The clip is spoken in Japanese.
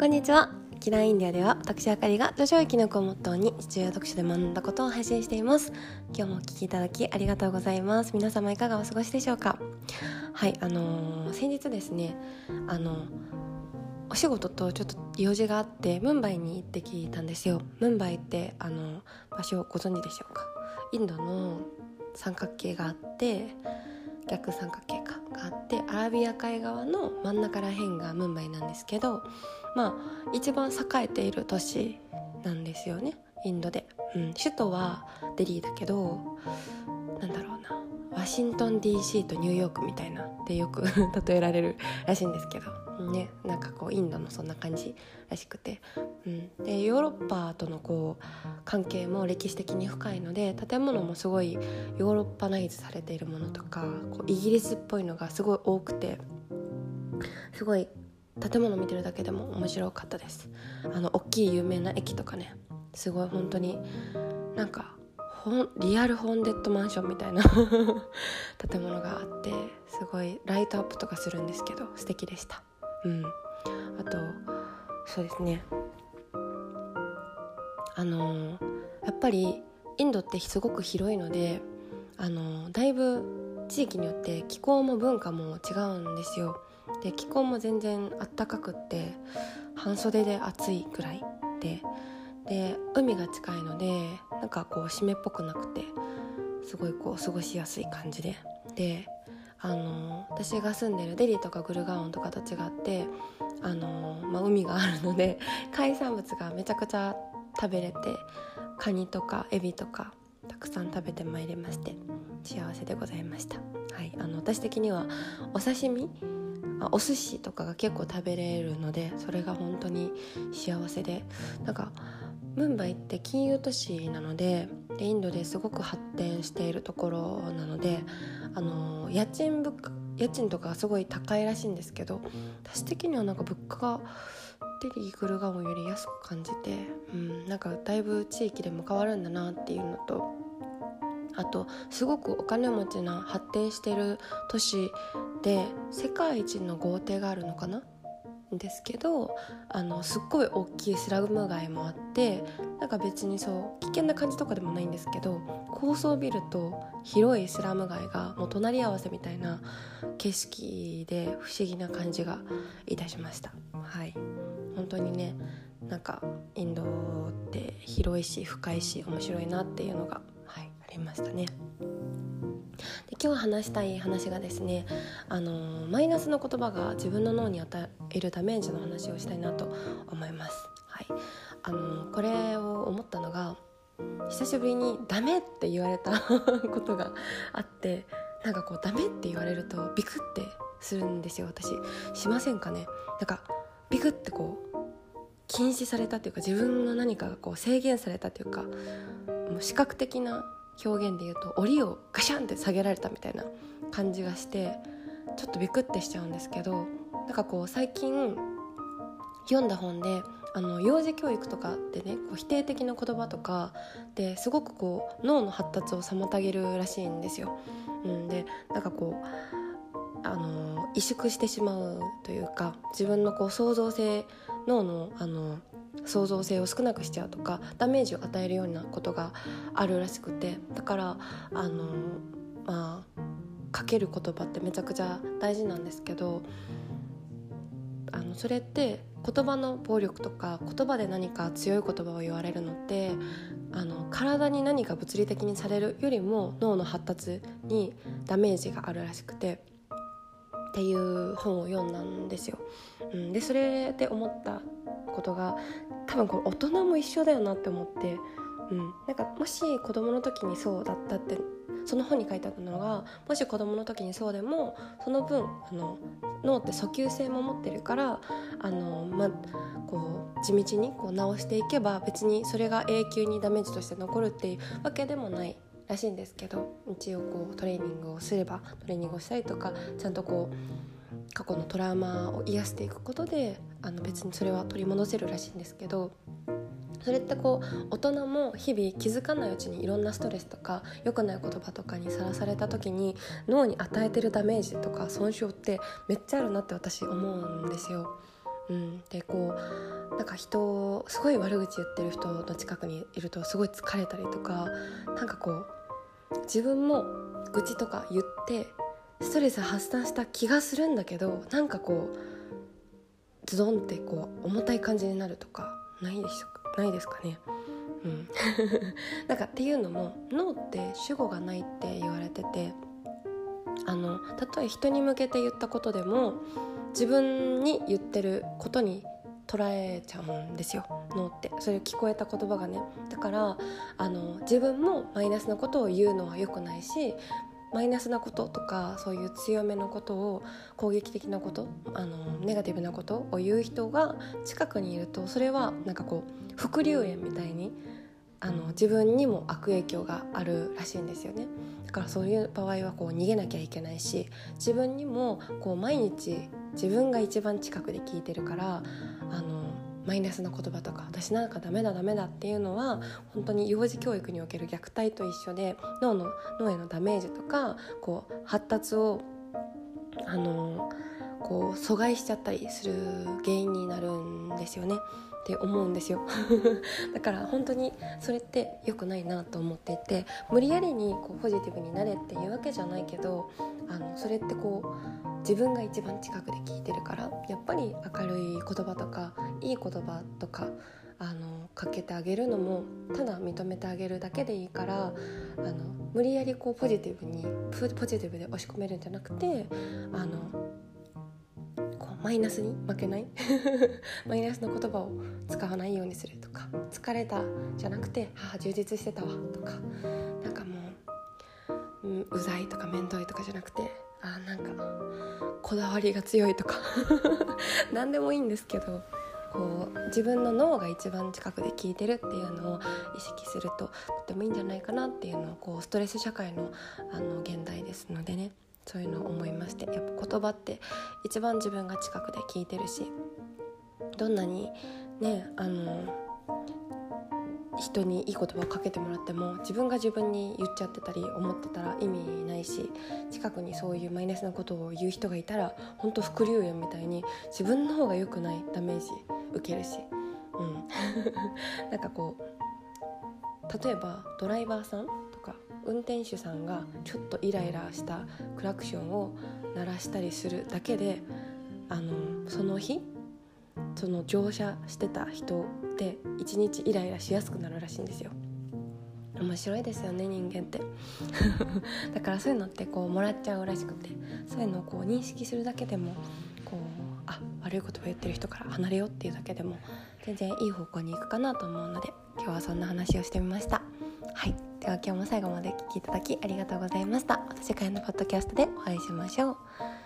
こんにちは。キラーインディアでは私あかりが著書や記憶をモットーに日常読書で学んだことを配信しています。今日もお聞きいただきありがとうございます。皆様いかがお過ごしでしょうか。はい、先日ですねお仕事とちょっと用事があってムンバイに行ってきたんですよ。ムンバイって場所をご存知でしょうか。インドの三角形があって逆三角形があってアラビア海側の真ん中ら辺がムンバイなんですけど、一番栄えている都市なんですよね、インドで。首都はデリーだけど、ワシントン DC とニューヨークみたいなってよく例えられるらしいんですけどね、インドのそんな感じらしくて、でヨーロッパとの関係も歴史的に深いので、建物もすごいヨーロッパナイズされているものとかイギリスっぽいのがすごい多くて、すごい建物見てるだけでも面白かったです。大きい有名な駅とかね、すごい本当にリアルホーンデッドマンションみたいな建物があって、すごいライトアップとかするんですけど素敵でした。あとそうですね、やっぱりインドってすごく広いので、だいぶ地域によって気候も文化も違うんですよ。で気候も全然暖かくって半袖で暑いくらいで海が近いので湿っぽくなくてすごい過ごしやすい感じで私が住んでるデリーとかグルガオンとかと違って海があるので海産物がめちゃくちゃ食べれて、カニとかエビとかたくさん食べてまいりまして幸せでございました。はい、私的にはお刺身お寿司とかが結構食べれるので、それが本当に幸せで、ムンバイって金融都市なので、インドですごく発展しているところなので、家賃とかすごい高いらしいんですけど、私的には物価がデリーグルガオンより安く感じて、だいぶ地域でも変わるんだなっていうのと、あとすごくお金持ちな発展している都市で世界一の豪邸があるのかなですけど、すっごい大きいスラム街もあって、別に危険な感じとかでもないんですけど、高層ビルと広いスラム街がもう隣り合わせみたいな景色で不思議な感じがいたしました。はい、本当にね、インドって広いし深いし面白いなっていうのが、ありましたね。で今日話したい話がですね、マイナスの言葉が自分の脳に与えるダメージの話をしたいなと思います。これを思ったのが、久しぶりにダメって言われたことがあって、ダメって言われるとビクってするんですよ。私しませんかね。ビクって禁止されたというか、自分の何かが制限されたというか、もう視覚的な表現で言うと檻をガシャンって下げられたみたいな感じがして、ちょっとビクってしちゃうんですけど、最近読んだ本で幼児教育とかでね、否定的な言葉とかですごく脳の発達を妨げるらしいんですよ。で萎縮してしまうというか、自分の脳の創造性を少なくしちゃうとか、ダメージを与えるようなことがあるらしくて、だからかける言葉ってめちゃくちゃ大事なんですけど、それって言葉の暴力とか、言葉で何か強い言葉を言われるのって体に何か物理的にされるよりも脳の発達にダメージがあるらしくてっていう本を読んだんですよ。でそれで思ったことが、多分大人も一緒だよなって思って、もし子供の時にそうだったって、その本に書いてあったのが、もし子供の時にそうでもその分脳って訴求性も持ってるから地道に直していけば、別にそれが永久にダメージとして残るっていうわけでもないらしいんですけど、一応トレーニングをしたりとか、ちゃんと過去のトラウマを癒していくことで別にそれは取り戻せるらしいんですけど、それって大人も日々気づかないうちにいろんなストレスとか良くない言葉とかにさらされた時に脳に与えてるダメージとか損傷ってめっちゃあるなって私思うんですよ。 でこうなんか人すごい悪口言ってる人の近くにいるとすごい疲れたりとか、なんかこう自分も愚痴とか言ってストレス発散した気がするんだけど、なんかこうズドンってこう重たい感じになるとかないですかね。なんかっていうのも脳って主語がないって言われてて、たとえ人に向けて言ったことでも自分に言ってることに捉えちゃうんですよ、脳って。それ聞こえた言葉がね。だから自分もマイナスなことを言うのは良くないし、マイナスなこととかそういう強めのことを、攻撃的なこと、ネガティブなことを言う人が近くにいると、それはなんかこう副流炎みたいに自分にも悪影響があるらしいんですよね。だからそういう場合はこう逃げなきゃいけないし、自分にもこう毎日自分が一番近くで聞いてるから、マイナスな言葉とか私なんかダメだっていうのは本当に幼児教育における虐待と一緒で、脳へのダメージとかこう発達をこう阻害しちゃったりする原因になるんですよねって思うんですよだから本当にそれって良くないなと思っていて、無理やりにこうポジティブになれっていうわけじゃないけど、それってこう自分が一番近くで聞いてるから、やっぱり明るい言葉とかいい言葉とかかけてあげるのもただ認めてあげるだけでいいから、無理やりこうポジティブで押し込めるんじゃなくて、こうマイナスに負けないマイナスの言葉を使わないようにするとか、疲れたじゃなくて充実してたわとか、なんかもう、うざいとかめんどいとかじゃなくて、なんかこだわりが強いとか何でもいいんですけど、こう自分の脳が一番近くで聞いてるっていうのを意識するととてもいいんじゃないかなっていうのを、こうストレス社会の現代ですのでね、そういうのを思いまして、やっぱ言葉って一番自分が近くで聞いてるし、どんなにね人にいい言葉をかけてもらっても自分が自分に言っちゃってたり思ってたら意味ないし、近くにそういうマイナスなことを言う人がいたら本当副流炎みたいに自分の方が良くないダメージ受けるし、なんかこう例えばドライバーさんとか運転手さんがちょっとイライラしたクラクションを鳴らしたりするだけでその日その乗車してた人って一日イライラしやすくなるらしいんですよ。面白いですよね、人間ってだからそういうのってこうもらっちゃうらしくて、そういうのをこう認識するだけでもこう悪いことを言ってる人から離れようっていうだけでも全然いい方向に行くかなと思うので、今日はそんな話をしてみました。はい、では今日も最後まで聞きいただきありがとうございました。また次回のポッドキャストでお会いしましょう。